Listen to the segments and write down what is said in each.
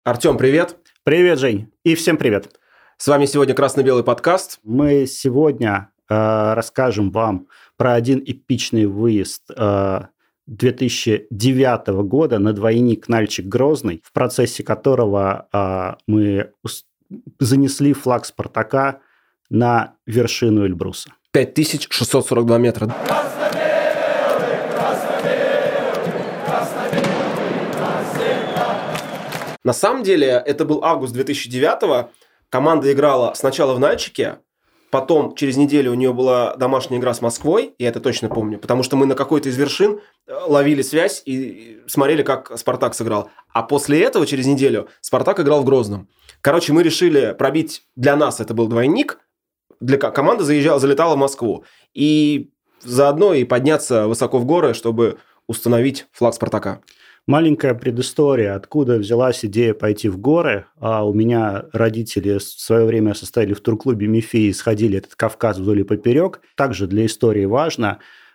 Артем, привет. Привет, Жень. И всем привет. С вами сегодня «Красно-белый подкаст». Мы сегодня расскажем вам про один эпичный выезд 2009 года на двойник Нальчик-Грозный, в процессе которого мы занесли флаг «Спартака» на вершину Эльбруса. 5642 метра. На самом деле, это был август 2009-го. Команда играла сначала в Нальчике, потом через неделю у нее была домашняя игра с Москвой, я это точно помню, потому что мы на какой-то из вершин ловили связь и смотрели, как «Спартак» сыграл. А после этого, через неделю, «Спартак» играл в Грозном. Короче, мы решили пробить, для нас это был двойник, команда залетала в Москву. И заодно и подняться высоко в горы, чтобы установить флаг «Спартака». Маленькая предыстория, откуда взялась идея пойти в горы. У меня родители в свое время состояли в турклубе «Мефей» и сходили этот Кавказ вдоль и поперек. Также для истории важно,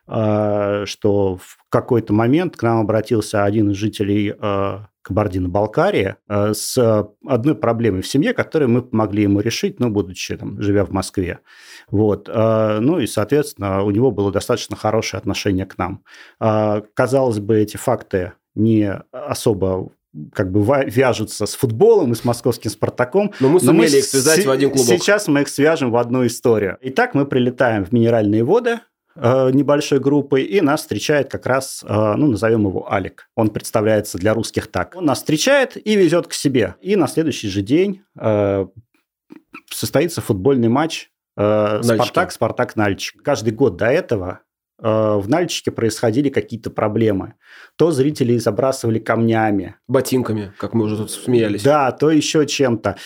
что в какой-то момент к нам обратился один из жителей Кабардино-Балкарии с одной проблемой в семье, которую мы помогли ему решить, будучи живя в Москве. Вот. И, соответственно, у него было достаточно хорошее отношение к нам. Казалось бы, эти факты не особо вяжутся с футболом и с московским «Спартаком». Но мы сумели их связать в один клубок. Сейчас мы их свяжем в одну историю. Итак, мы прилетаем в Минеральные воды небольшой группой, и нас встречает как раз, назовем его Алик. Он представляется для русских так. Он нас встречает и везет к себе. И на следующий же день состоится футбольный матч «Спартак-Нальчик». Каждый год до этого в Нальчике происходили какие-то проблемы. То зрителей забрасывали камнями. Ботинками, как мы уже тут смеялись. Да, то еще чем-то.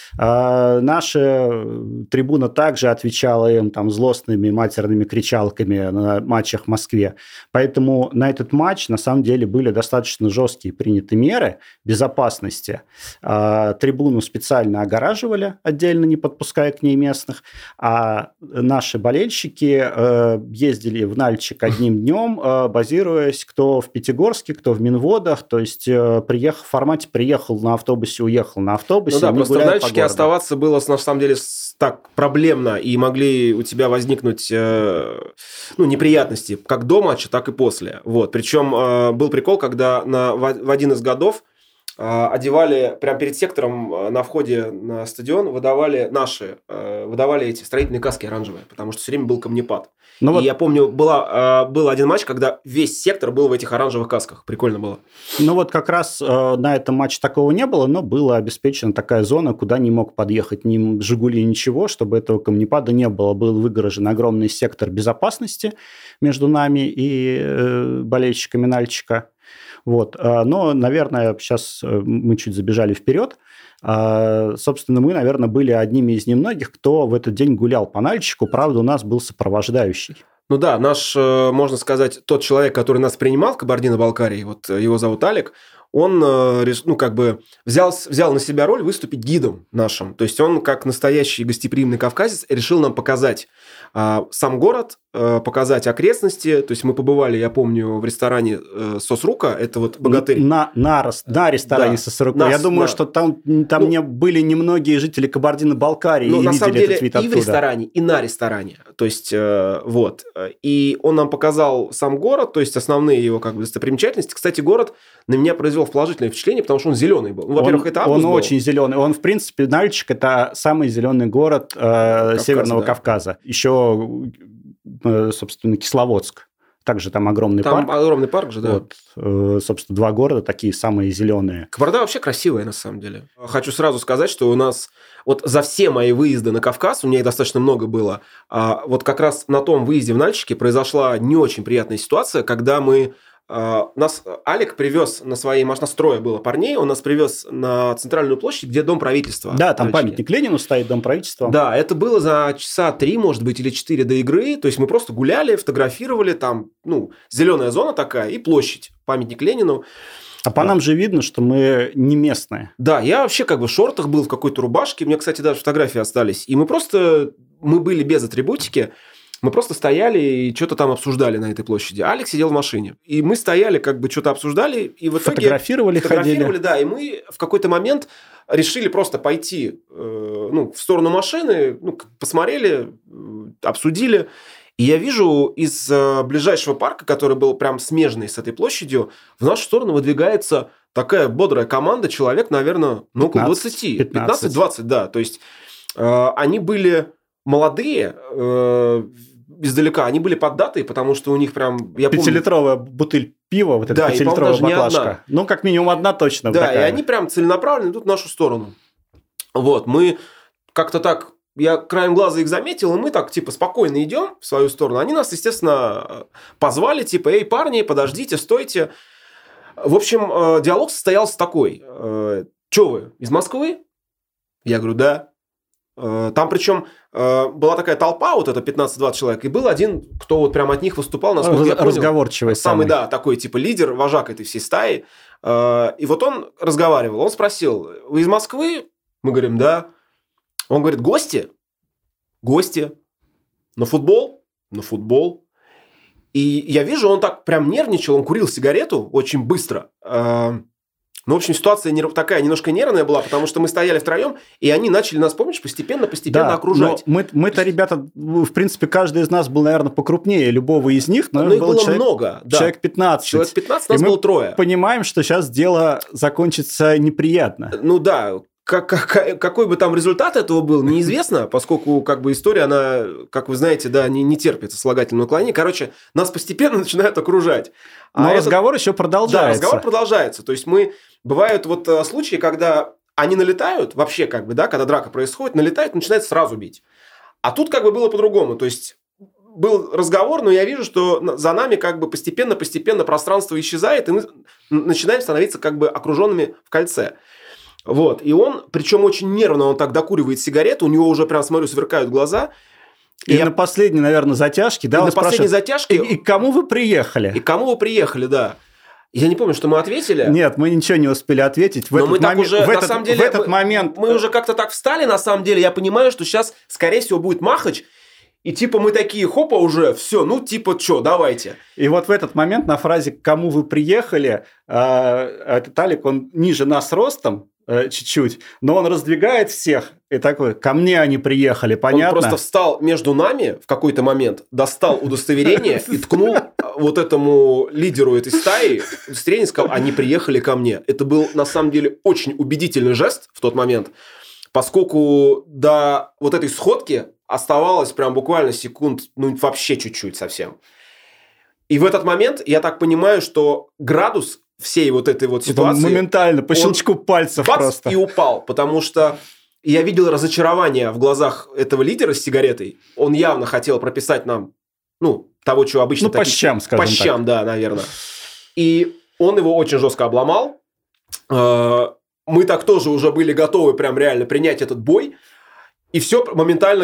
Наша трибуна также отвечала им злостными матерными кричалками на матчах в Москве. Поэтому на этот матч, на самом деле, были достаточно жесткие приняты меры безопасности. Трибуну специально огораживали, отдельно не подпуская к ней местных. А наши болельщики ездили в Нальчик одним днем, базируясь кто в Пятигорске, кто в Минводах, то есть приехал на автобусе, уехал на автобусе. Просто в Нальчике оставаться было на самом деле так проблемно, и могли у тебя возникнуть неприятности как до матча, так и после. Вот. Причем был прикол, когда в один из годов одевали прямо перед сектором на входе на стадион, выдавали эти строительные каски оранжевые, потому что все время был камнепад. Я помню, был один матч, когда весь сектор был в этих оранжевых касках. Прикольно было. Как раз на этом матче такого не было, но была обеспечена такая зона, куда не мог подъехать ни «Жигули», ничего, чтобы этого камнепада не было. Был выгорожен огромный сектор безопасности между нами и болельщиками Нальчика. Вот. Но, наверное, сейчас мы чуть забежали вперед. Собственно, мы, наверное, были одними из немногих, кто в этот день гулял по Нальчику. Правда, у нас был сопровождающий. Наш, можно сказать, тот человек, который нас принимал в Кабардино-Балкарии, вот его зовут Алик, он взял на себя роль выступить гидом нашим. То есть он, как настоящий гостеприимный кавказец, решил нам показать сам город, показать окрестности. То есть мы побывали, я помню, в ресторане «Сосрука», это вот богатырь. На ресторане «Сосрука». Я думаю, что там не были немногие жители Кабардино-Балкарии и на самом видели деле, этот вид оттуда. И в ресторане, и на ресторане. То есть, вот. И он нам показал сам город, то есть основные его достопримечательности. Кстати, город на меня произвел положительное впечатление, потому что он зеленый был. Во-первых, это август был. Он очень зеленый. Он, в принципе, Нальчик – это самый зеленый город Северного Кавказа. Еще, собственно, Кисловодск. Также там огромный парк. Там огромный парк же, да. Вот, собственно, два города такие самые зеленые. Кабарда вообще красивая, на самом деле. Хочу сразу сказать, что у нас вот за все мои выезды на Кавказ, у меня их достаточно много было, вот как раз на том выезде в Нальчике произошла не очень приятная ситуация, когда нас Алик привез на своей машине, нас трое было парней, он нас привез на центральную площадь, где Дом правительства. Да, там памятник Ленину стоит, Дом правительства. Да, это было за часа 3, может быть, или 4 до игры, то есть мы просто гуляли, фотографировали, там, зеленая зона такая и площадь, памятник Ленину. А по нам же видно, что мы не местные. Да, я вообще в шортах был, в какой-то рубашке, у меня, кстати, даже фотографии остались, и мы были без атрибутики. Мы просто стояли и что-то там обсуждали на этой площади. Алекс сидел в машине. И мы стояли, как бы что-то обсуждали, и в итоге... Фотографировали, да, и мы в какой-то момент решили просто пойти в сторону машины, посмотрели, обсудили. И я вижу из ближайшего парка, который был прям смежный с этой площадью, в нашу сторону выдвигается такая бодрая команда, человек, наверное, около 20. 15-20, да. То есть они были молодые, издалека, они были поддатые, потому что у них прям... 5-литровая бутыль пива, вот эта 5-литровая баклажка. Ну, как минимум одна точно. Да, такая. И они прям целенаправленно идут в нашу сторону. Вот, мы как-то так... Я краем глаза их заметил, и мы так, спокойно идем в свою сторону. Они нас, естественно, позвали, эй, парни, подождите, стойте. В общем, диалог состоялся такой. Че вы, из Москвы? Я говорю, да. Там причем была такая толпа, вот это 15-20 человек, и был один, кто вот прям от них выступал, насколько я понял. Разговорчивый самый. Да, такой лидер, вожак этой всей стаи. И вот он разговаривал, он спросил, вы из Москвы? Мы говорим, да. Он говорит, гости? Гости. На футбол? На футбол. И я вижу, он так прям нервничал, он курил сигарету очень быстро. Ну, в общем, ситуация такая немножко нервная была, потому что мы стояли втроем, и они начали нас, помнишь, постепенно окружать. Но мы-то, ребята, в принципе, каждый из нас был, наверное, покрупнее любого из них. Но их было много. Да. Человек 15. Человек 15, нас было трое. Мы понимаем, что сейчас дело закончится неприятно. Ну да, какой бы там результат этого был, неизвестно, поскольку история, она, как вы знаете, да, не терпит сослагательного наклонения. Короче, нас постепенно начинают окружать. Но разговор еще продолжается. Да, разговор продолжается. То есть бывают случаи, когда они налетают, вообще когда драка происходит, налетают, начинают сразу бить. А тут было по-другому. То есть был разговор, но я вижу, что за нами постепенно пространство исчезает, и мы начинаем становиться окруженными в кольце. Вот. И он, причем очень нервно, он так докуривает сигарету, у него уже прям, смотрю, сверкают глаза. И на последней, наверное, затяжке, да, он спрашивает, и к кому вы приехали? И к кому вы приехали, да. Я не помню, что мы ответили. Нет, мы ничего не успели ответить. В этот момент... Мы уже как-то так встали, на самом деле. Я понимаю, что сейчас, скорее всего, будет махач. И мы такие, хопа, уже, все, что, давайте. И вот в этот момент на фразе «к кому вы приехали», этот Алик, он ниже нас ростом, чуть-чуть, но он раздвигает всех и такой, ко мне они приехали, понятно? Он просто встал между нами в какой-то момент, достал удостоверение и ткнул вот этому лидеру этой стаи удостоверение и сказал, они приехали ко мне. Это был, на самом деле, очень убедительный жест в тот момент, поскольку до вот этой сходки оставалось прям буквально секунд, вообще чуть-чуть совсем. И в этот момент я так понимаю, что градус всей вот этой ситуации... Моментально, по щелчку пальцев просто. И упал, потому что я видел разочарование в глазах этого лидера с сигаретой. Он явно хотел прописать нам, того, что обычно... по щам, скажем так. По щам, да, наверное. И он его очень жестко обломал. Мы так тоже уже были готовы прям реально принять этот бой. И все моментально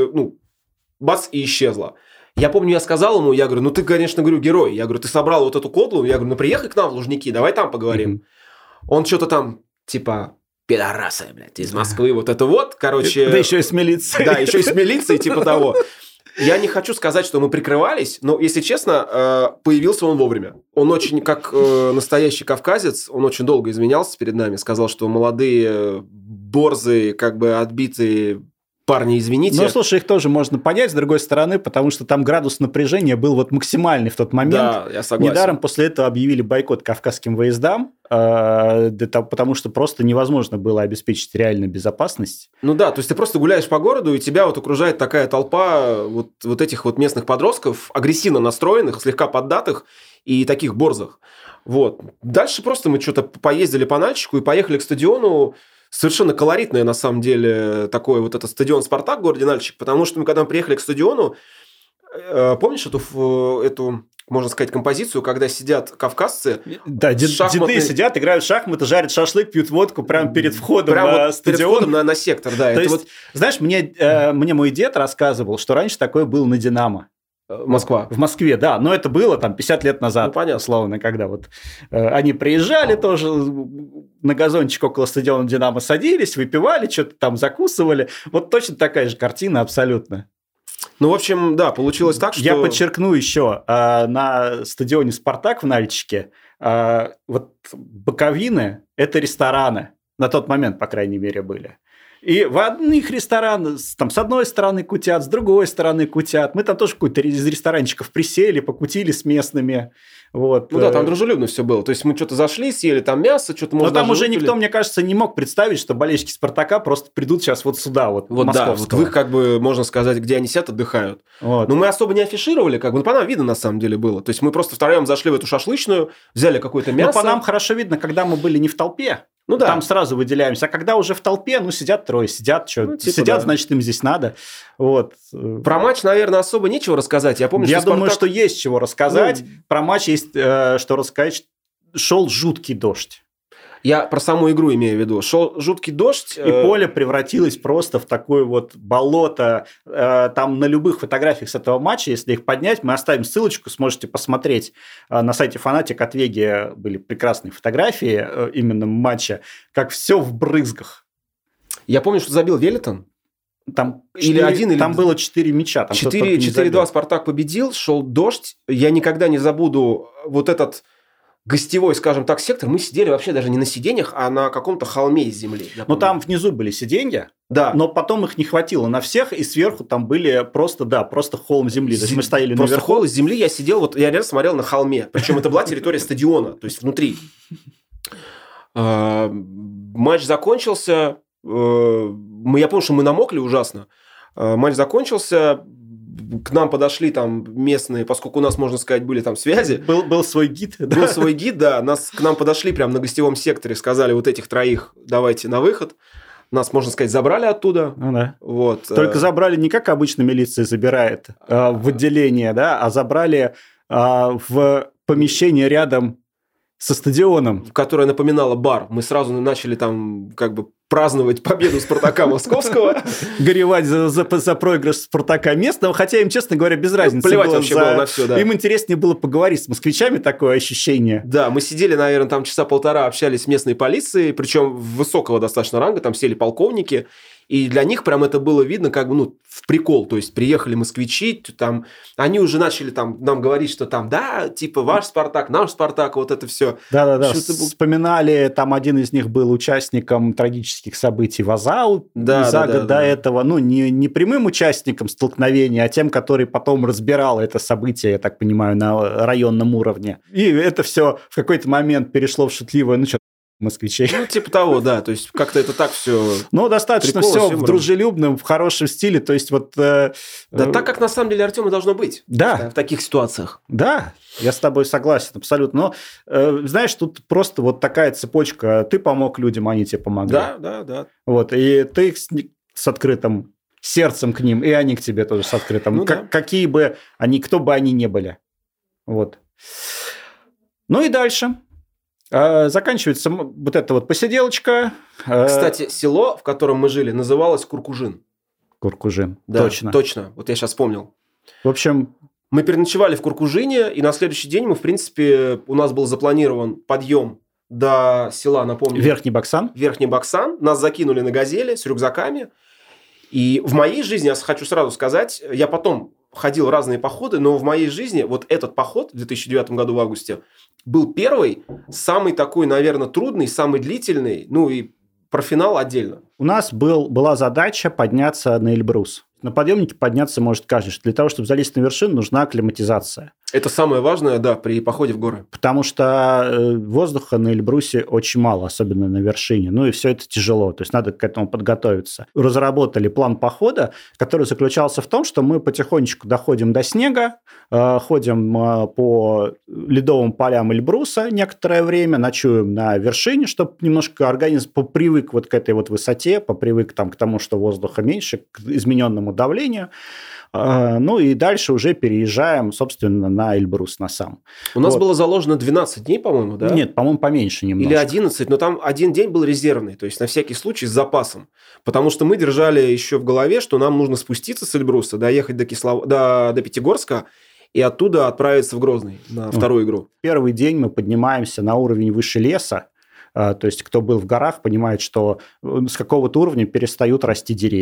бац, и исчезло. Я помню, я сказал ему, я говорю, ты, конечно, герой. Я говорю, ты собрал вот эту кодлу. Я говорю, приехай к нам в Лужники, давай там поговорим. Он что-то там, пидорасы, блядь, из Москвы, вот это вот, короче... Да еще и с милицией. Да, еще и с милицией, того. Я не хочу сказать, что мы прикрывались, но, если честно, появился он вовремя. Он очень, как настоящий кавказец, он очень долго извинялся перед нами, сказал, что молодые, борзые, отбитые... Парни, извините. Ну, слушай, их тоже можно понять, с другой стороны, потому что там градус напряжения был максимальный в тот момент. Да, я согласен. Недаром после этого объявили бойкот кавказским выездам, потому что просто невозможно было обеспечить реальную безопасность. То есть ты просто гуляешь по городу, и тебя окружает такая толпа вот этих местных подростков, агрессивно настроенных, слегка поддатых и таких борзых. Вот. Дальше просто мы что-то поездили по Нальчику и поехали к стадиону. Совершенно колоритное, на самом деле, такой этот стадион «Спартак» в городе Нальчик, потому что мы, когда мы приехали к стадиону, помнишь эту, можно сказать, композицию, когда сидят кавказцы? Да, деды сидят, играют в шахматы, жарят шашлык, пьют водку прямо перед входом на стадион. Перед входом на сектор, да. То есть, знаешь, мне мой дед рассказывал, что раньше такое было на «Динамо». Москва. В Москве, да. Но это было 50 лет назад, условно, когда они приезжали тоже на газончик около стадиона «Динамо» садились, выпивали, что-то там закусывали. Вот точно такая же картина абсолютно. Ну, в общем, да, получилось так, что... Я подчеркну еще, на стадионе «Спартак» в Нальчике вот боковины – это рестораны. На тот момент, по крайней мере, были. И в одних ресторанах там с одной стороны кутят, с другой стороны кутят. Мы там тоже какой-то из ресторанчиков присели, покутили с местными. Вот. Ну да, там дружелюбно все было. То есть мы что-то зашли, съели там мясо, что-то может. Но там уже никто, мне кажется, не мог представить, что болельщики «Спартака» просто придут сейчас вот сюда, вот московского. Да, вот в их, как бы, можно сказать, где они сидят, отдыхают. Вот. Но мы особо не афишировали, как бы, ну, по нам видно на самом деле было. То есть мы просто втроем зашли в эту шашлычную, взяли какое-то мясо. Ну, по нам хорошо видно, когда мы были не в толпе. Ну да. Там сразу выделяемся. А когда уже в толпе, ну, сидят трое, сидят, что, ну, типа, сидят, да. Значит, им здесь надо. Вот. Про матч, наверное, особо нечего рассказать. Я помню, Я что думаю, Спартак... что есть чего рассказать. Про матч есть что рассказать. Шел жуткий дождь. Я про саму игру имею в виду. Шел жуткий дождь. И поле превратилось просто в такое вот болото. Там на любых фотографиях с этого матча, если их поднять, мы оставим ссылочку, сможете посмотреть. На сайте Фанатик от Веги были прекрасные фотографии именно матча, как все в брызгах. Я помню, что забил Велитон. Там Там было 4 мяча. 4-2 Спартак победил, шел дождь. Я никогда не забуду вот этот гостевой, скажем так, сектор. Мы сидели вообще даже не на сиденьях, а на каком-то холме из земли. Но там внизу были сиденья, да. Но потом их не хватило на всех, и сверху там были просто холм земли. То есть мы стояли просто наверху. Холм из земли, я сидел, вот я реально смотрел на холме. Причем это была территория стадиона, то есть внутри. Матч закончился. Я помню, что мы намокли ужасно. Матч закончился. К нам подошли там местные, поскольку у нас, можно сказать, были там связи. Был свой гид. Был свой гид, да. К нам подошли прямо на гостевом секторе, сказали, вот этих троих давайте на выход. Нас, можно сказать, забрали оттуда. Ну, да. Вот. Только забрали не как обычно милиция забирает в отделение, да, а забрали в помещение рядом со стадионом. Которое напоминало бар. Мы сразу начали там как бы праздновать победу Спартака Московского. Горевать за проигрыш Спартака местного, хотя им, честно говоря, без разницы. Плевать вообще было на все, да. Им интереснее было поговорить с москвичами, такое ощущение. Да, мы сидели, наверное, там часа полтора, общались с местной полицией, причем высокого достаточно ранга, там сели полковники, и для них прям это было видно как бы, ну, в прикол. То есть приехали москвичи, там, они уже начали там нам говорить, что там, да, типа ваш Спартак, наш Спартак, вот это все. Да-да-да, вспоминали, там один из них был участником трагических событий в Азау за год до этого. Ну, не прямым участником столкновения, а тем, который потом разбирал это событие, я так понимаю, на районном уровне. И это все в какой-то момент перешло в шутливое, ну, что москвичей. Ну, типа того, да. То есть, как-то это так все. Ну, достаточно все в дружелюбном, в хорошем стиле. То есть, вот. Да, так, как на самом деле Артем и должно быть. Да. В таких ситуациях. Да, я с тобой согласен, абсолютно. Но, знаешь, тут просто вот такая цепочка. Ты помог людям, они тебе помогли. Да. Вот. И ты с открытым сердцем к ним, и они к тебе тоже с открытым. Ну, какие бы они, кто бы они ни были. Вот. Ну и дальше. Заканчивается вот эта вот посиделочка. Кстати, село, в котором мы жили, называлось Куркужин. Куркужин, да, точно. Точно, вот я сейчас вспомнил. В общем... Мы переночевали в Куркужине, и на следующий день мы, в принципе, у нас был запланирован подъем до села, напомню. Верхний Баксан. Верхний Баксан. Нас закинули на «Газели» с рюкзаками. И в моей жизни, я хочу сразу сказать, я потом ходил в разные походы, но в моей жизни вот этот поход в 2009 году в августе был первый, самый такой, наверное, трудный, самый длительный, ну и про финал отдельно. У нас была задача подняться на Эльбрус. На подъемнике подняться может каждый. Для того, чтобы залезть на вершину, нужна акклиматизация. Это самое важное, да, при походе в горы. Потому что воздуха на Эльбрусе очень мало, особенно на вершине. Ну и все это тяжело, то есть надо к этому подготовиться. Разработали план похода, который заключался в том, что мы потихонечку доходим до снега, ходим по ледовым полям Эльбруса некоторое время, ночуем на вершине, чтобы немножко организм попривык вот к этой вот высоте, попривык там к тому, что воздуха меньше, к измененному давлению. Ну и дальше уже переезжаем, собственно, на Эльбрус, на сам. У нас было заложено 12 дней, по-моему, да? Нет, по-моему, поменьше немножко. Или 11, но там один день был резервный, то есть на всякий случай с запасом. Потому что мы держали еще в голове, что нам нужно спуститься с Эльбруса, доехать до Пятигорска и оттуда отправиться в Грозный на вторую игру. Первый день мы поднимаемся на уровень выше леса. То есть, кто был в горах, понимает, что с какого-то уровня перестают расти деревья.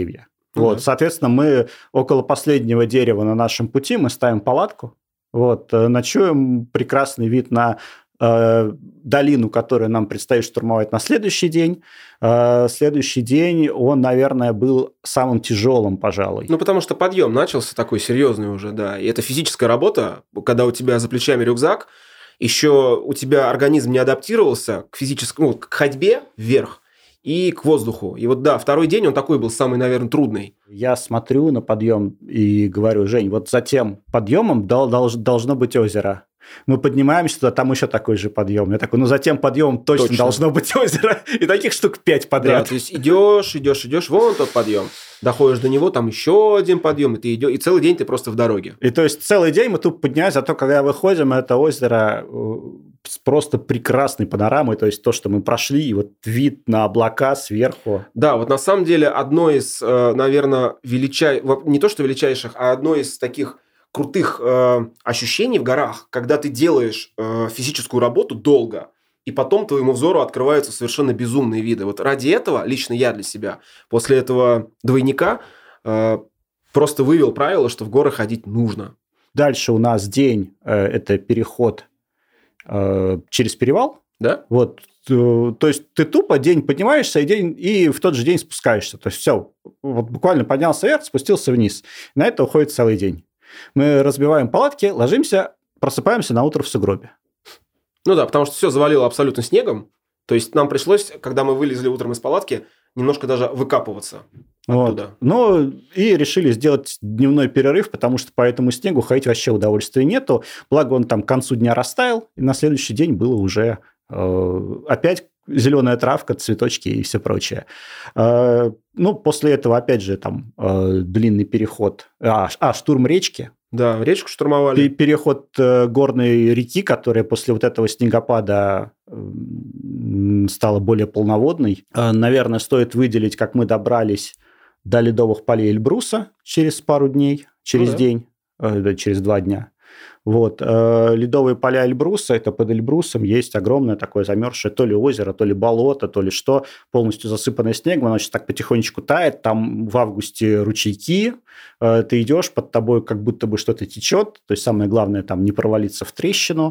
Вот, соответственно, мы около последнего дерева на нашем пути, мы ставим палатку, вот, ночуем, прекрасный вид на долину, которую нам предстоит штурмовать на следующий день. Следующий день, он, наверное, был самым тяжелым, пожалуй. Ну, потому что подъем начался такой серьезный уже, да. И это физическая работа, когда у тебя за плечами рюкзак, еще у тебя организм не адаптировался к физическому, к ходьбе вверх и к воздуху. И вот, да, второй день он такой был самый, наверное, трудный. Я смотрю на подъем и говорю: Жень, вот за тем подъемом должно быть озеро. Мы поднимаемся туда, там еще такой же подъем. Я такой, за тем подъемом точно должно быть озеро. И таких штук 5 подряд. Да, то есть идешь, вон тот подъем. Доходишь до него, там еще один подъем, и ты идешь, и целый день ты просто в дороге. И то есть целый день мы тут поднимаемся, зато когда выходим, это озеро с просто прекрасной панорамой, то есть то, что мы прошли, и вот вид на облака сверху. Да, вот на самом деле одно из, наверное, не то что величайших, а одно из таких крутых ощущений в горах, когда ты делаешь физическую работу долго, и потом твоему взору открываются совершенно безумные виды. Вот ради этого, лично я для себя, после этого двойника просто вывел правило, что в горы ходить нужно. Дальше у нас день – это переход через перевал. Да? Вот, то есть ты тупо день поднимаешься и в тот же день спускаешься. То есть все, вот буквально поднялся вверх, спустился вниз. На это уходит целый день. Мы разбиваем палатки, ложимся, просыпаемся на утро в сугробе. Ну да, потому что все завалило абсолютно снегом. То есть нам пришлось, когда мы вылезли утром из палатки, немножко даже выкапываться оттуда. Вот. Ну и решили сделать дневной перерыв, потому что по этому снегу ходить вообще удовольствия нету. Благо он там к концу дня растаял, и на следующий день было уже опять зеленая травка, цветочки и все прочее. Ну, после этого, опять же, там длинный переход. Штурм речки. Да, речку штурмовали. Переход горной реки, которая после вот этого снегопада стала более полноводной. Наверное, стоит выделить, как мы добрались до ледовых полей Эльбруса через пару дней, через день, через 2 дня. Вот. Ледовые поля Эльбруса, это под Эльбрусом есть огромное такое замерзшее то ли озеро, то ли болото, то ли что, полностью засыпанное снегом, оно сейчас так потихонечку тает, там в августе ручейки, ты идешь, под тобой как будто бы что-то течет, то есть самое главное там не провалиться в трещину,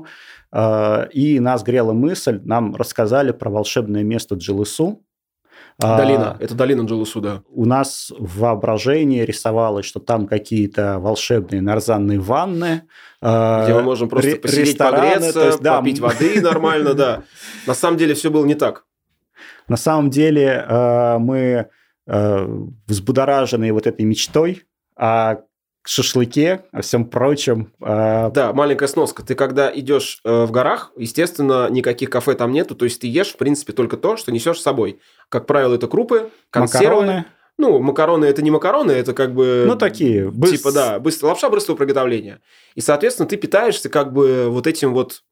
и нас грела мысль, нам рассказали про волшебное место Джилысу. Долина. Это долина Джилысу, да. У нас в воображении рисовалось, что там какие-то волшебные нарзанные ванны. Где мы можем просто посидеть, погреться, есть, попить воды нормально, да. На самом деле все было не так. На самом деле мы взбудоражены вот этой мечтой о шашлыке, о всем прочем. Да, маленькая сноска. Ты когда идешь в горах, естественно, никаких кафе там нету, то есть ты ешь, в принципе, только то, что несешь с собой. Как правило, это крупы, консервы. Макароны. Ну, макароны – это не макароны, это как бы… Ну, такие. Типа, да, лапша быстрого приготовления. И, соответственно, ты питаешься как бы вот этим.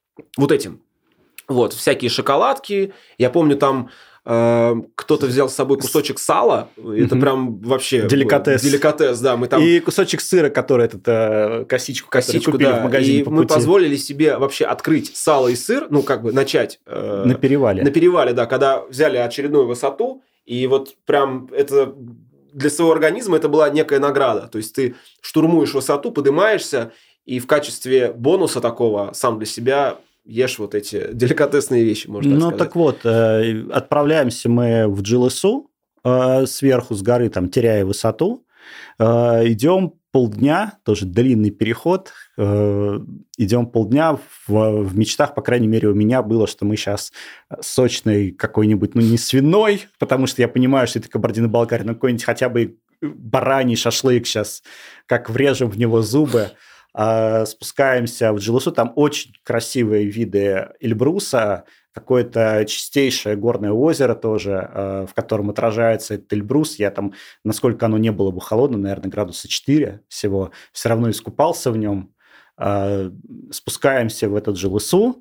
Вот, всякие шоколадки. Я помню, там кто-то взял с собой кусочек сала. Это прям вообще… Деликатес. Деликатес, да. Мы там… И кусочек сыра, который косичку купили да. в магазине и по мы пути. Позволили себе вообще открыть сало и сыр, ну, как бы начать… На перевале. На перевале, да, когда взяли очередную высоту. И вот прям это для своего организма это была некая награда. То есть ты штурмуешь высоту, поднимаешься, и в качестве бонуса такого сам для себя ешь вот эти деликатесные вещи, можно так сказать. Ну, так вот, отправляемся мы в Джилысу, сверху с горы, там, теряя высоту, идем полдня, тоже длинный переход, идем полдня, в мечтах, по крайней мере, у меня было, что мы сейчас сочный какой-нибудь, ну, не свиной, потому что я понимаю, что это Кабардино-Балкария, но какой-нибудь хотя бы бараний шашлык сейчас, как врежем в него зубы, спускаемся в Джилысу, там очень красивые виды Эльбруса, какое-то чистейшее горное озеро тоже, в котором отражается этот Эльбрус. Я там, насколько оно не было бы холодно, наверное, градуса 4 всего, все равно искупался в нем. Спускаемся в этот Джилысу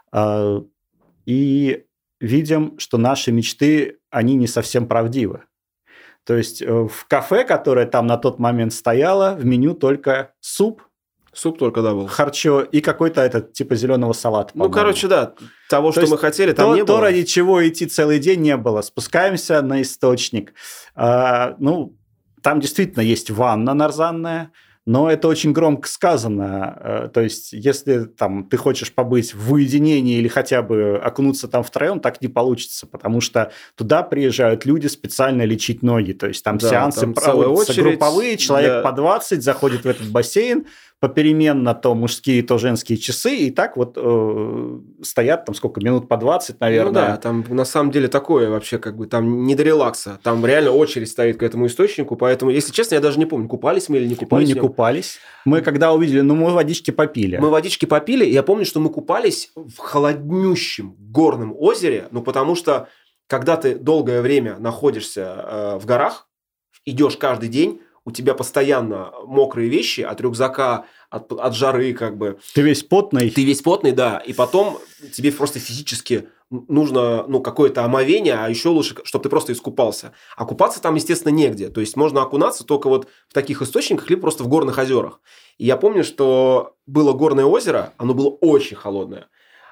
и видим, что наши мечты, они не совсем правдивы. То есть в кафе, которое там на тот момент стояло, в меню только суп. Суп только, да, был. Харчо и какой-то этот, типа зеленого салата, по-моему. Ну, короче, да, того, что мы хотели, там не было. То, ради чего идти целый день, не было. Спускаемся на источник. Ну, Там действительно есть ванна нарзанная, но это очень громко сказано. То есть, если там, ты хочешь побыть в уединении или хотя бы окунуться там втроем, так не получится, потому что туда приезжают люди специально лечить ноги. То есть, там сеансы там проводятся групповые, человек по 20 заходит в этот бассейн, попеременно то мужские, то женские часы, и так вот стоят там сколько, минут по 20, наверное. Ну да, там на самом деле такое вообще как бы, там не до релакса, там реально очередь стоит к этому источнику, поэтому, если честно, я даже не помню, купались мы или не купались. Мы не купались. Мы когда увидели, мы водички попили. Мы водички попили, и я помню, что мы купались в холоднющем горном озере, потому что, когда ты долгое время находишься в горах, идешь каждый день, у тебя постоянно мокрые вещи от рюкзака, от жары как бы. Ты весь потный. Ты весь потный, да. И потом тебе просто физически нужно какое-то омовение, а еще лучше, чтобы ты просто искупался. А купаться там, естественно, негде. То есть, можно окунаться только вот в таких источниках, либо просто в горных озерах. И я помню, что было горное озеро, оно было очень холодное.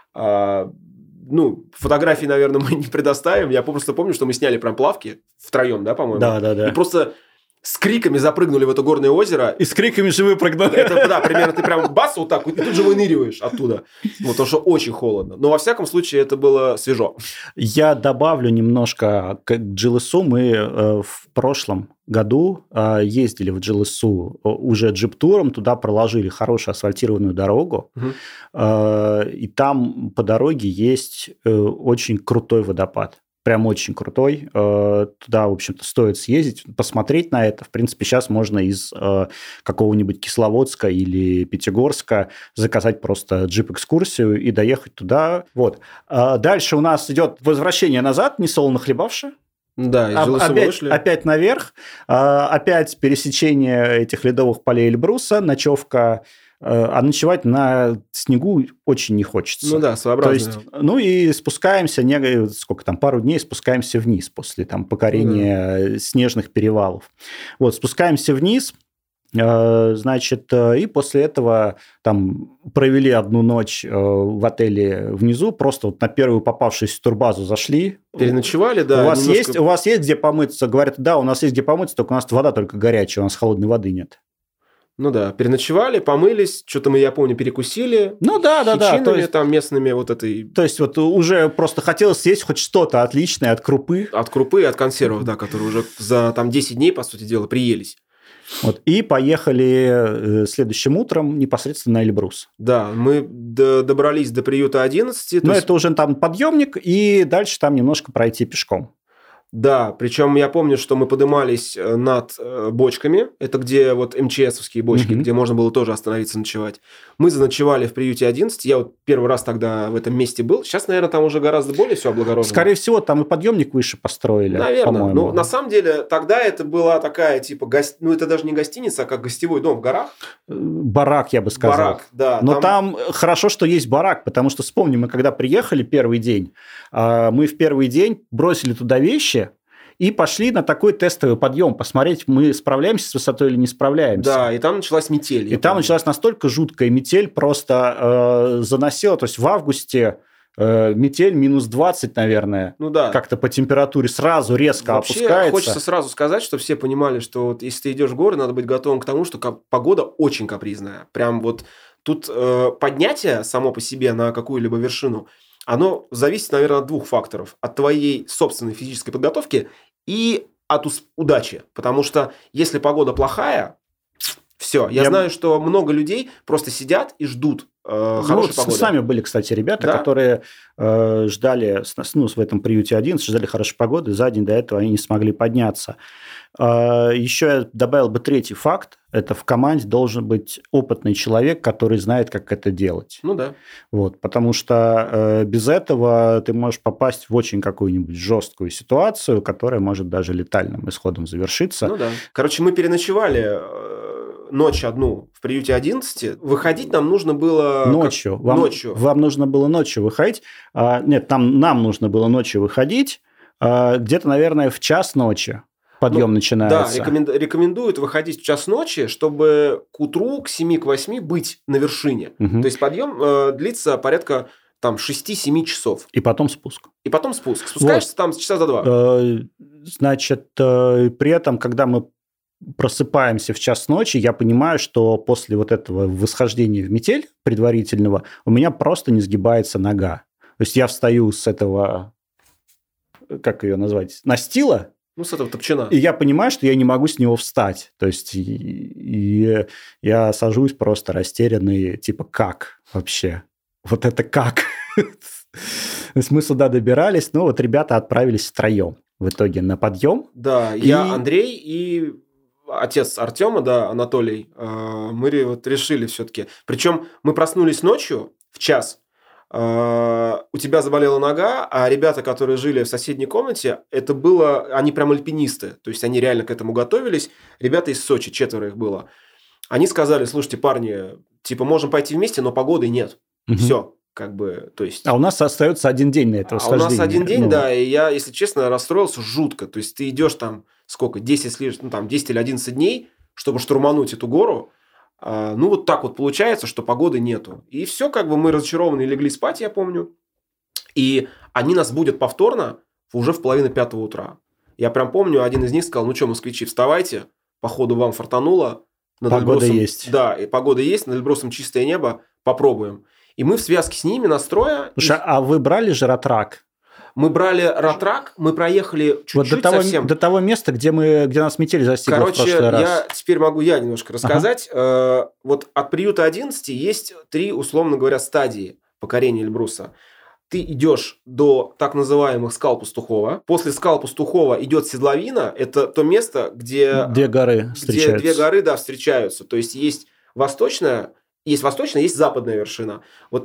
Фотографии, наверное, мы не предоставим. Я просто помню, что мы сняли прям плавки втроем, да, по-моему? Да. И просто с криками запрыгнули в это горное озеро. И с криками же выпрыгнули. Это, да, примерно ты прям бас вот так, и тут же выныриваешь оттуда. Потому что очень холодно. Но, во всяком случае, это было свежо. Я добавлю немножко к GLSU. Мы в прошлом году ездили в GLSU уже джип-туром. Туда проложили хорошую асфальтированную дорогу. И там по дороге есть очень крутой водопад. Прям очень крутой. Туда, в общем-то, стоит съездить, посмотреть на это. В принципе, сейчас можно из какого-нибудь Кисловодска или Пятигорска заказать просто джип-экскурсию и доехать туда. Вот. Дальше у нас идет возвращение назад, несолоно хлебавши. Да, из GLSU мы вышли. Опять наверх. Опять пересечение этих ледовых полей Эльбруса, ночевка. А ночевать на снегу очень не хочется. Ну да, своеобразно. То есть, и спускаемся, пару дней спускаемся вниз после покорения снежных перевалов. Вот, спускаемся вниз, значит, и после этого там провели одну ночь в отеле внизу, просто вот на первую попавшуюся турбазу зашли. Переночевали, да. У вас есть где помыться? Говорят, да, у нас есть где помыться, только у нас вода только горячая, у нас холодной воды нет. Ну да, переночевали, помылись, что-то я помню, перекусили. Да. То есть, там местными вот этой... То есть, вот уже просто хотелось съесть хоть что-то отличное от крупы. От крупы и от консервов, да, которые уже за 10 дней, по сути дела, приелись. Вот, и поехали следующим утром непосредственно на Эльбрус. Да, мы добрались до приюта 11. Это уже там подъемник, и дальше там немножко пройти пешком. Да, причем я помню, что мы поднимались над бочками, это где вот МЧСовские бочки, где можно было тоже остановиться ночевать. Мы заночевали в приюте 11, я вот первый раз тогда в этом месте был, сейчас, наверное, там уже гораздо более все облагорожено. Скорее всего, там и подъемник выше построили, наверное, по-моему. Но на самом деле тогда это была такая, это даже не гостиница, а как гостевой дом в горах. Барак, я бы сказал. Барак, да. Но там хорошо, что есть барак, потому что, вспомни, мы когда приехали первый день, мы в первый день бросили туда вещи, и пошли на такой тестовый подъем, посмотреть, мы справляемся с высотой или не справляемся. Да, и там началась метель. И там началась настолько жуткая метель, просто заносила, то есть в августе метель минус 20, наверное, как-то по температуре сразу резко опускается. Хочется сразу сказать, чтобы все понимали, что вот если ты идешь в горы, надо быть готовым к тому, что погода очень капризная. Прям вот тут поднятие само по себе на какую-либо вершину, оно зависит, наверное, от двух факторов. От твоей собственной физической подготовки и от удачи. Потому что если погода плохая, все. Я знаю, что много людей просто сидят и ждут хорошей погоды. С нами были, кстати, ребята, которые ждали, в этом приюте 11, ждали хорошей погоды, за день до этого они не смогли подняться. Еще я добавил бы третий факт. Это в команде должен быть опытный человек, который знает, как это делать. Ну да. Вот, потому что без этого ты можешь попасть в очень какую-нибудь жесткую ситуацию, которая может даже летальным исходом завершиться. Ну да. Короче, мы переночевали ночь одну в приюте 11. Выходить нам нужно было... Ночью. Вам нужно было ночью выходить. Нет, нам нужно было ночью выходить. Где-то, наверное, в час ночи. Подъем начинается. Да, рекомендуют выходить в час ночи, чтобы к утру, к 7-8 быть на вершине. То есть подъем длится порядка 6-7 часов. И потом спуск. Спускаешься там часа за 2. Значит, при этом, когда мы просыпаемся в час ночи, я понимаю, что после вот этого восхождения в метель предварительного у меня просто не сгибается нога. То есть я встаю с этого, как ее назвать, настила, с этого топчина. И я понимаю, что я не могу с него встать. То есть и я сажусь просто растерянный, типа, как вообще? Вот это как? То есть мы сюда добирались, но вот ребята отправились втроем в итоге на подъем. Да, я, Андрей и отец Артема, да, Анатолий, мы вот решили все-таки. Причем мы проснулись ночью в час, у тебя заболела нога, а ребята, которые жили в соседней комнате, это было, они прям альпинисты, то есть они реально к этому готовились. Ребята из Сочи, 4 их было. Они сказали: слушайте, парни, типа, можем пойти вместе, но погоды нет. Все, как бы, то есть... А у нас остается один день на это восхождение. А у нас один день, да, и я, если честно, расстроился жутко. То есть ты идешь там, сколько, 10 или 11 дней, чтобы штурмануть эту гору. Ну, вот так вот получается, что погоды нету. И все, как бы мы разочарованные легли спать, я помню. И они нас будут повторно уже в 4:30 утра. Я прям помню, один из них сказал: ну что, москвичи, вставайте, походу вам фартануло. Погода есть. Да, и погода есть, над Эльбрусом чистое небо, попробуем. И мы в связке с ними настроя... Слушай, а вы брали же ратрак? Мы брали ратрак, мы проехали чуть-чуть вот совсем. До того места, где нас метель застигла в прошлый раз. Теперь могу я немножко рассказать. Вот от приюта 11 есть 3, условно говоря, стадии покорения Эльбруса. Ты идешь до так называемых скал Пастухова. После скал Пастухова идет седловина. Это то место, где... 2 горы встречаются. Где 2 горы, да, встречаются. То есть восточная, есть западная вершина. Вот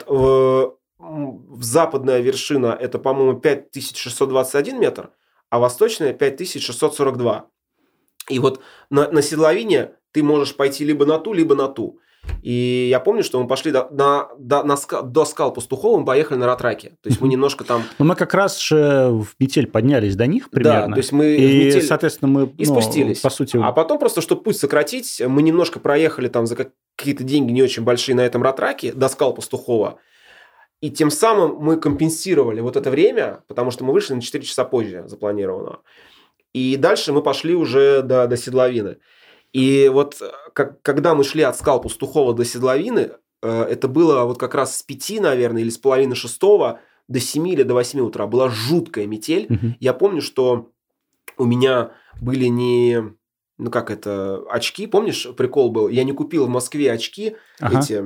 западная вершина – это, по-моему, 5621 метр, а восточная – 5642. И вот на седловине ты можешь пойти либо на ту, либо на ту. И я помню, что мы пошли до скал Пастухова, мы поехали на ратраке. То есть мы немножко там... Но мы как раз же в метель поднялись до них примерно. Да, то есть мы и, в метель... соответственно, мы и спустились. По сути... А потом просто, чтобы путь сократить, мы немножко проехали там за какие-то деньги не очень большие на этом ратраке до скал Пастухова. И тем самым мы компенсировали вот это время, потому что мы вышли на 4 часа позже запланированного. И дальше мы пошли уже до седловины. И вот когда мы шли от скал Пастухова до седловины, это было вот как раз с 5, наверное, или с половины 6 до 7 или до 8 утра. Была жуткая метель. Я помню, что у меня были очки. Помнишь, прикол был? Я не купил в Москве очки эти...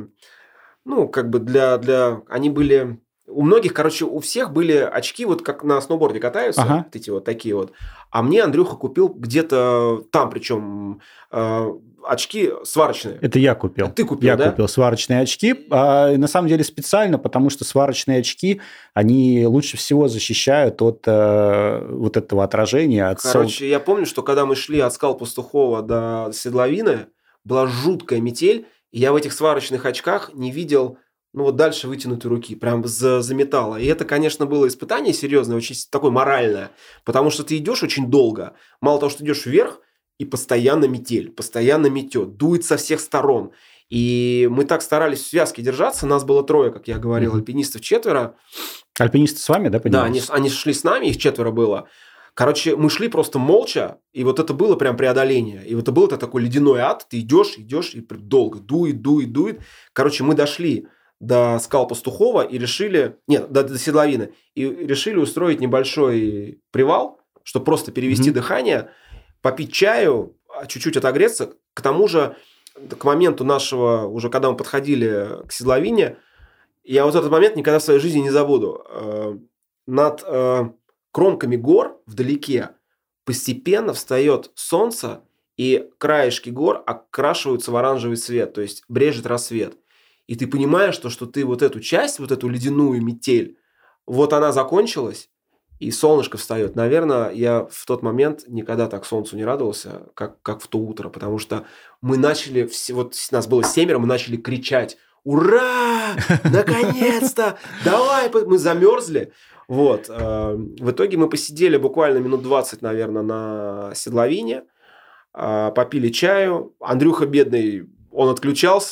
они были... У многих, у всех были очки, вот как на сноуборде катаются, вот эти вот такие вот. А мне Андрюха купил где-то там, причем очки сварочные. Это я купил. Ты купил, Я купил сварочные очки. На самом деле специально, потому что сварочные очки, они лучше всего защищают от вот этого отражения. Я помню, что когда мы шли от скал Пастухова до седловины, была жуткая метель, и я в этих сварочных очках не видел... дальше вытянутой руки, прям заметало. И это, конечно, было испытание серьезное, очень такое моральное, потому что ты идешь очень долго. Мало того, что идешь вверх, и постоянно метель, постоянно метет, дует со всех сторон. И мы так старались в связке держаться, нас было 3, как я говорил, альпинистов 4. Альпинисты с вами, да, поднимались? Да, они шли с нами, их 4 было. Мы шли просто молча, и вот это было прям преодоление. И вот это был такой ледяной ад, ты идешь, и долго дует. Мы дошли до скал Пастухова и решили... до седловины. И решили устроить небольшой привал, чтобы просто перевести дыхание, попить чаю, чуть-чуть отогреться. К тому же, к моменту нашего... Уже когда мы подходили к седловине, я вот этот момент никогда в своей жизни не забуду. Над кромками гор вдалеке постепенно встает солнце, и краешки гор окрашиваются в оранжевый цвет, то есть брежет рассвет. И ты понимаешь, что ты вот эту часть, вот эту ледяную метель, вот она закончилась, и солнышко встает. Наверное, я в тот момент никогда так солнцу не радовался, как в то утро, потому что мы начали, вот нас было 7, мы начали кричать: «Ура! Наконец-то! Давай!» Мы замерзли. Вот. В итоге мы посидели буквально минут 20, наверное, на седловине, попили чаю. Андрюха бедный, он отключался,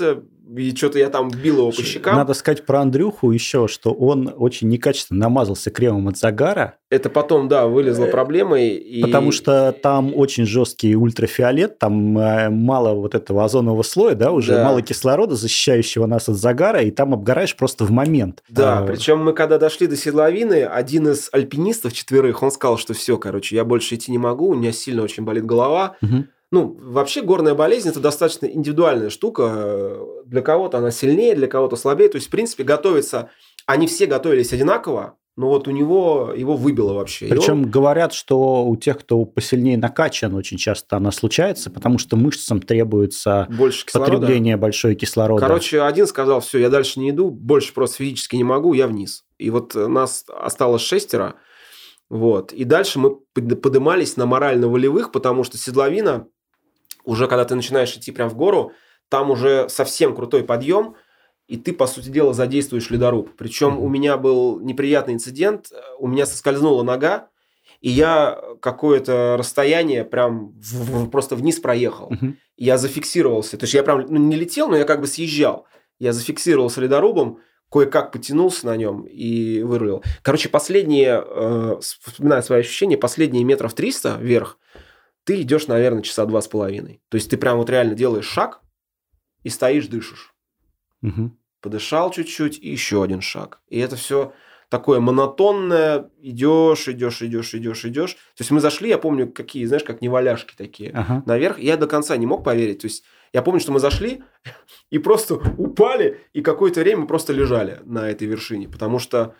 и что-то я там бил его по щекам. Надо сказать про Андрюху еще, что он очень некачественно намазался кремом от загара. Это потом, да, вылезла проблемой. Потому что там очень жесткий ультрафиолет, там мало вот этого озонового слоя, да, уже мало кислорода, защищающего нас от загара, и там обгораешь просто в момент. Да, причем мы когда дошли до седловины, один из альпинистов 4, он сказал, что все, короче, я больше идти не могу, у меня сильно очень болит голова. Ну, вообще горная болезнь – это достаточно индивидуальная штука. Для кого-то она сильнее, для кого-то слабее. То есть, в принципе, готовиться, они все готовились одинаково, но вот у него его выбило вообще. Причем говорят, что у тех, кто посильнее накачан, очень часто она случается, потому что мышцам требуется больше потребление большое кислорода. Короче, один сказал, все, я дальше не иду, больше просто физически не могу, я вниз. И вот нас осталось 6. Вот. И дальше мы поднимались на морально-волевых, потому что седловина, уже когда ты начинаешь идти прям в гору, там уже совсем крутой подъем, и ты, по сути дела, задействуешь ледоруб. Причем у меня был неприятный инцидент, у меня соскользнула нога, и я какое-то расстояние прям просто вниз проехал. Я зафиксировался. То есть я прям не летел, но я как бы съезжал. Я зафиксировался ледорубом, кое-как потянулся на нем и вырулил. Короче, вспоминая свои ощущения, последние 300 метров вверх, ты идешь, наверное, 2.5 часа. То есть ты прям вот реально делаешь шаг и стоишь, дышишь. Подышал чуть-чуть и еще один шаг. И это все такое монотонное. Идешь. То есть мы зашли, я помню, какие, знаешь, как неваляшки такие наверх. Я до конца не мог поверить. То есть я помню, что мы зашли и просто упали, и какое-то время мы просто лежали на этой вершине. Потому что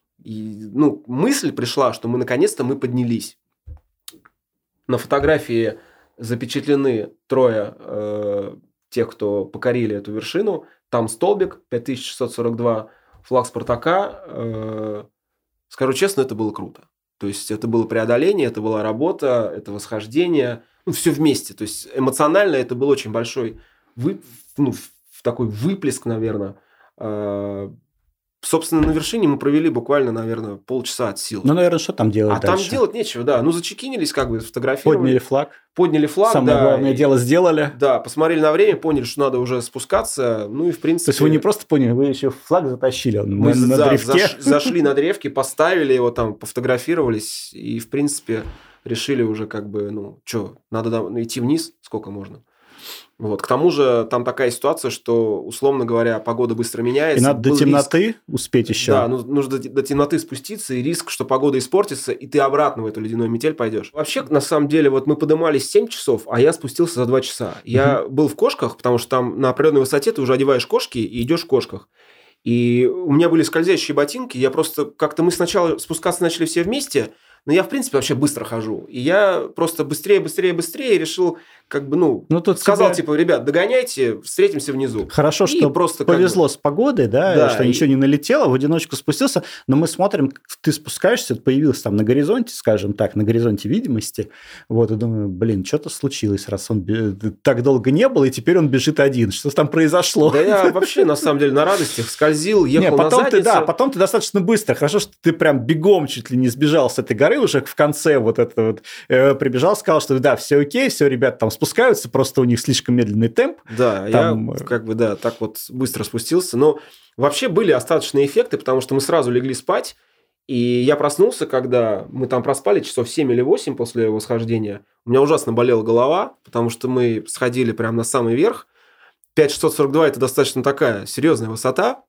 мысль пришла, что мы наконец-то поднялись. На фотографии запечатлены 3 тех, кто покорили эту вершину. Там столбик 5642, флаг Спартака. Скажу честно, это было круто. То есть это было преодоление, это была работа, это восхождение. Все вместе. То есть эмоционально это был очень большой такой выплеск, наверное. Собственно, на вершине мы провели буквально, наверное, полчаса от сил. Ну, наверное, что там делать дальше? Там делать нечего, да. зачекинились, сфотографировали. Подняли флаг, Самое главное дело сделали. Да, посмотрели на время, поняли, что надо уже спускаться. Ну, и в принципе... То есть вы не просто поняли, вы еще флаг затащили мы на древке? Зашли на древке, поставили его там, пофотографировались. И, в принципе, решили уже надо идти вниз, сколько можно. Вот. К тому же там такая ситуация, что, условно говоря, погода быстро меняется. И надо до темноты успеть еще. Да, нужно до темноты спуститься, и риск, что погода испортится, и ты обратно в эту ледяную метель пойдешь. Вообще, на самом деле, мы поднимались 7 часов, а я спустился за 2 часа. Я был в Кошках, потому что там на определенной высоте ты уже одеваешь кошки и идешь в Кошках. И у меня были скользящие ботинки, я просто мы сначала спускаться начали все вместе, но я, в принципе, вообще быстро хожу. И я просто быстрее решил, сказал, ребят, догоняйте, встретимся внизу. Хорошо, что просто повезло с погодой, что ничего не налетело, в одиночку спустился, но мы смотрим, ты спускаешься, появился там на горизонте, скажем так, на горизонте видимости, и думаю, что-то случилось, раз он так долго не был, и теперь он бежит один. Что там произошло? Да я вообще, на самом деле, на радостях скользил, ехал на задницу. Потом ты достаточно быстро, хорошо, что ты прям бегом чуть ли не сбежал с этой горы, уже в конце прибежал, сказал, что все окей, все, ребята там спускаются, просто у них слишком медленный темп. Да, я так быстро спустился. Но вообще были остаточные эффекты, потому что мы сразу легли спать, и я проснулся, когда мы там проспали часов 7 или 8 после восхождения. У меня ужасно болела голова, потому что мы сходили прямо на самый верх. 5642 – это достаточно такая серьезная высота,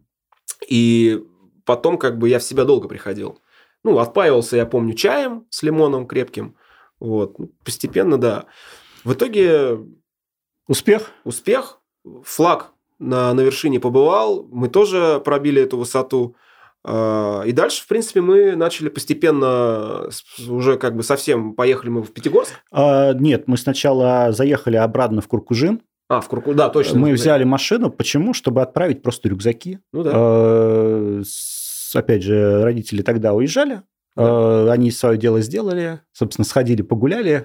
и потом я в себя долго приходил. Отпаивался, я помню, чаем с лимоном крепким. Постепенно, да. В итоге... Успех. Флаг на вершине побывал. Мы тоже пробили эту высоту. И дальше, в принципе, мы начали постепенно уже совсем... Поехали мы в Пятигорск? Нет, мы сначала заехали обратно в Куркужин. Да, точно. Мы взяли машину. Почему? Чтобы отправить просто рюкзаки. Опять же, родители тогда уезжали, они свое дело сделали, собственно, сходили, погуляли,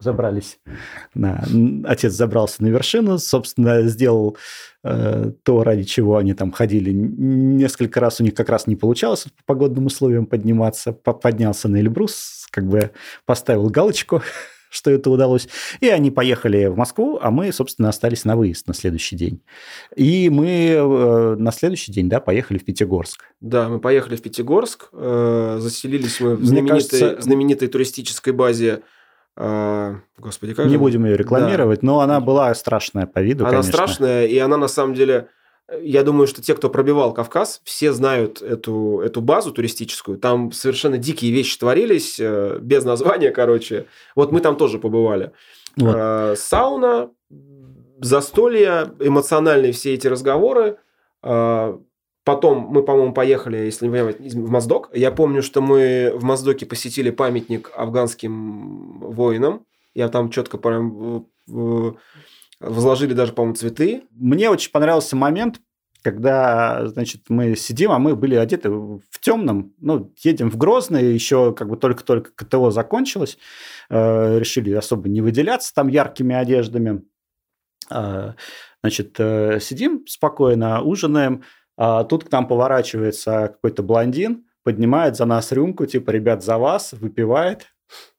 отец забрался на вершину, собственно, сделал то, ради чего они там ходили. Несколько раз у них как раз не получалось по погодным условиям подниматься, поднялся на Эльбрус, поставил галочку. что это удалось. И они поехали в Москву, а мы, собственно, остались на выезд на следующий день. И мы на следующий день, да, поехали в Пятигорск. Да, мы поехали в Пятигорск, заселились мы в знаменитой туристической базе. Господи, как не же? будем ее рекламировать, но она была страшная по виду, Она конечно. страшная, и она на самом деле... Я думаю, что те, кто пробивал Кавказ, все знают эту базу туристическую. Там совершенно дикие вещи творились, без названия, короче. Вот мы там тоже побывали. Вот. Сауна, застолье, эмоциональные все эти разговоры. Потом мы, по-моему, поехали, если не понимаю, в Моздок. Я помню, что мы в Моздоке посетили памятник афганским воинам. Я там четко прям... возложили даже, по-моему, цветы. Мне очень понравился момент, когда, значит, мы сидим, а мы были одеты в темном, ну, едем в Грозный, еще как бы только-только КТО закончилось, решили особо не выделяться там яркими одеждами. Значит, сидим спокойно, ужинаем, а тут к нам поворачивается какой-то блондин, поднимает за нас рюмку, типа, ребят, за вас, выпивает.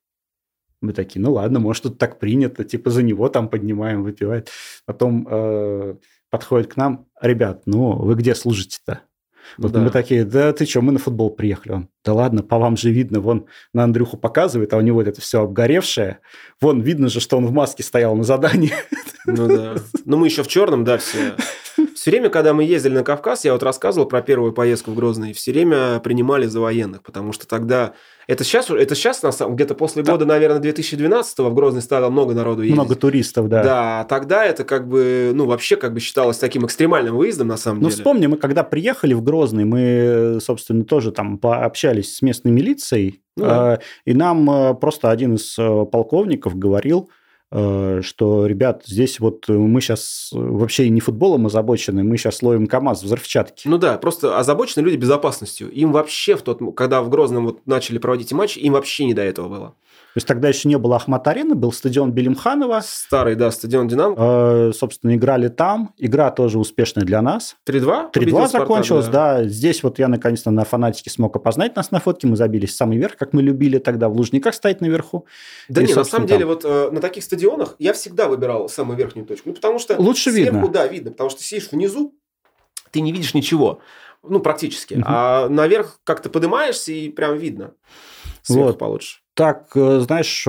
Мы такие, ну ладно, может, тут так принято, типа за него там поднимаем, выпивает. Потом подходит к нам, ребят, ну вы где служите-то? Вот да. Мы такие, да ты что, мы на футбол приехали. Он, да ладно, по вам же видно, вон на Андрюху показывает, а у него это все обгоревшее. Вон видно же, что он в маске стоял на задании. Ну да. Ну мы еще в черном, да, все. Все время, когда мы ездили на Кавказ, я вот рассказывал про первую поездку в Грозный, все время принимали за военных, потому что тогда... Это сейчас на самом где-то после года, наверное, 2012-го в Грозный стало много народу ездить. Много туристов, да. Да, тогда это как бы, ну, вообще как бы считалось таким экстремальным выездом, на самом деле. Ну, вспомни, мы когда приехали в Грозный, мы, собственно, тоже там пообщались с местной милицией, и нам просто один из полковников говорил, что, ребят, здесь вот мы сейчас вообще не футболом озабочены, мы сейчас ловим КАМАЗ взрывчатки. Ну да, просто озабочены люди безопасностью. Им вообще когда в Грозном вот начали проводить матчи, им вообще не до этого было. То есть тогда еще не было Ахмат-арены, был стадион Белимханова. Старый, да, стадион «Динамо». Собственно, играли там. Игра тоже успешная для нас. 3-2? 3-2 закончилась, да. Здесь вот я наконец-то на «Фанатике» смог опознать нас на фотке. Мы забились в самый верх, как мы любили тогда в Лужниках стоять наверху. Да нет, на самом деле вот на таких стадионах я всегда выбирал самую верхнюю точку. Ну, потому что лучше сверху, видно. Да, видно. Потому что сидишь внизу, ты не видишь ничего. Ну, практически. А наверх как-то поднимаешься и прям видно. Сверху получше. Так, знаешь,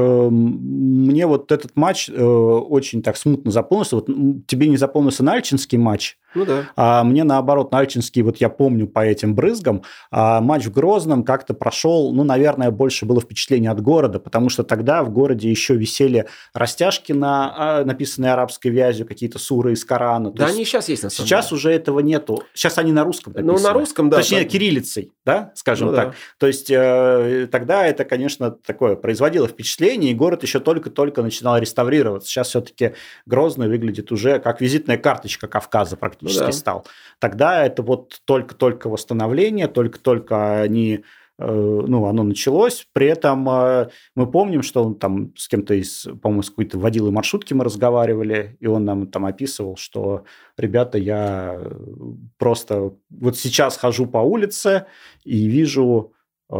мне вот этот матч очень так смутно запомнился. Вот тебе не запомнился нальчинский матч, ну да. А мне наоборот нальчинский, вот я помню по этим брызгам, а матч в Грозном как-то прошел, ну, наверное, больше было впечатление от города, потому что тогда в городе еще висели растяжки, написанные арабской вязью, какие-то суры из Корана. Да, они сейчас есть на самом деле. Сейчас уже этого нету. Сейчас они на русском написаны. Ну, на русском, да. Точнее, кириллицей, да, скажем так. Да. То есть, тогда это, конечно, такое производило впечатление, и город еще только-только начинал реставрироваться. Сейчас все-таки Грозный выглядит уже как визитная карточка Кавказа практически стал. Тогда это вот только-только восстановление, только-только оно началось. При этом мы помним, что он там с кем-то по-моему, с какой-то водилой маршрутки мы разговаривали, и он нам там описывал, что, ребята, я просто вот сейчас хожу по улице и вижу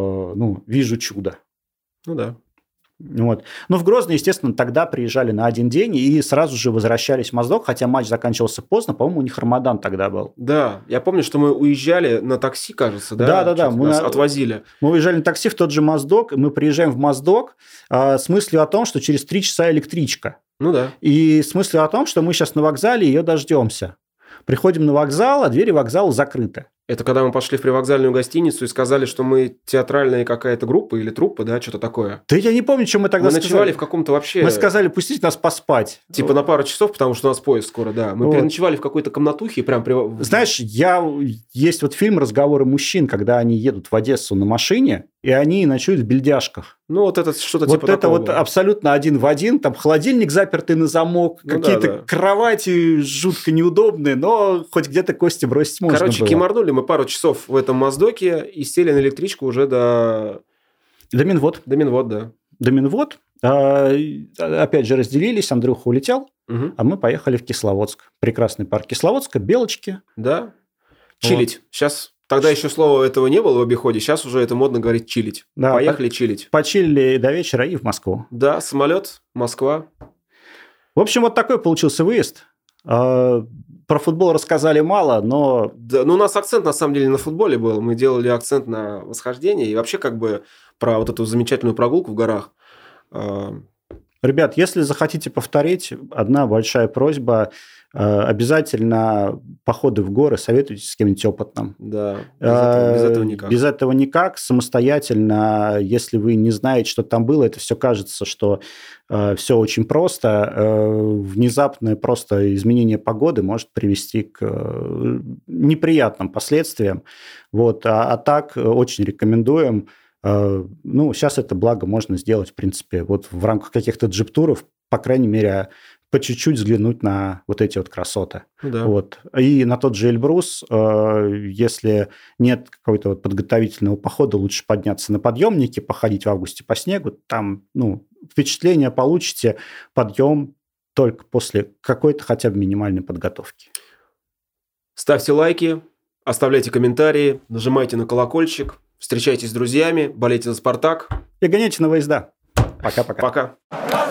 чудо. Ну да. Вот. Ну, в Грозный, естественно, тогда приезжали на один день и сразу же возвращались в Моздок, хотя матч заканчивался поздно, по-моему, у них Рамадан тогда был. Да, я помню, что мы уезжали на такси, кажется, да? Да, мы нас отвозили. Мы уезжали на такси в тот же Моздок, мы приезжаем в Моздок с мыслью о том, что через 3 часа электричка. Ну да. И с мыслью о том, что мы сейчас на вокзале ее дождемся. Приходим на вокзал, а двери вокзала закрыты. Это когда мы пошли в привокзальную гостиницу и сказали, что мы театральная какая-то группа или труппа, да, что-то такое. Да я не помню, что мы тогда сказали. Мы ночевали в каком-то вообще... Мы сказали, пустите нас поспать. Типа на пару часов, потому что у нас поезд скоро, да. Мы переночевали в какой-то комнатухе. Прям... Знаешь, есть вот фильм «Разговоры мужчин», когда они едут в Одессу на машине, и они ночуют в бельдяшках. Ну, вот это что-то вот типа это такого. Вот абсолютно один в один. Там холодильник запертый на замок, какие-то кровати жутко неудобные, но хоть где-то кости бросить можно было. Кимарнули мы пару часов в этом Моздоке и сели на электричку уже до Минвод. До Минвод, да. До Минвод. Опять же разделились, Андрюха улетел, а мы поехали в Кисловодск. Прекрасный парк Кисловодска, белочки. Да. Чилить. Сейчас Тогда еще слова этого не было в обиходе, сейчас уже это модно говорить чилить. Да, Поехали чилить. Почилили до вечера и в Москву. Да, самолет, Москва. В общем, вот такой получился выезд. Про футбол рассказали мало, но... Да, ну, у нас акцент, на самом деле, на футболе был. Мы делали акцент на восхождение и вообще как бы про вот эту замечательную прогулку в горах. Ребят, если захотите повторить, одна большая просьба. Обязательно походы в горы советуйтесь с кем-нибудь опытным. Да, без этого никак. Без этого никак. Самостоятельно, если вы не знаете, что там было, это все кажется, что все очень просто. Внезапное просто изменение погоды может привести к неприятным последствиям. Вот. А так очень рекомендуем. Ну, сейчас это благо можно сделать, в принципе, вот в рамках каких-то джип-туров, по крайней мере, по чуть-чуть взглянуть на вот эти вот красоты. Да. Вот. И на тот же Эльбрус, если нет какого-то вот подготовительного похода, лучше подняться на подъемнике, походить в августе по снегу. Там впечатление получите, подъем только после какой-то хотя бы минимальной подготовки. Ставьте лайки, оставляйте комментарии, нажимайте на колокольчик, встречайтесь с друзьями, болейте за «Спартак». И гоняйте на выезда. Пока-пока. Пока.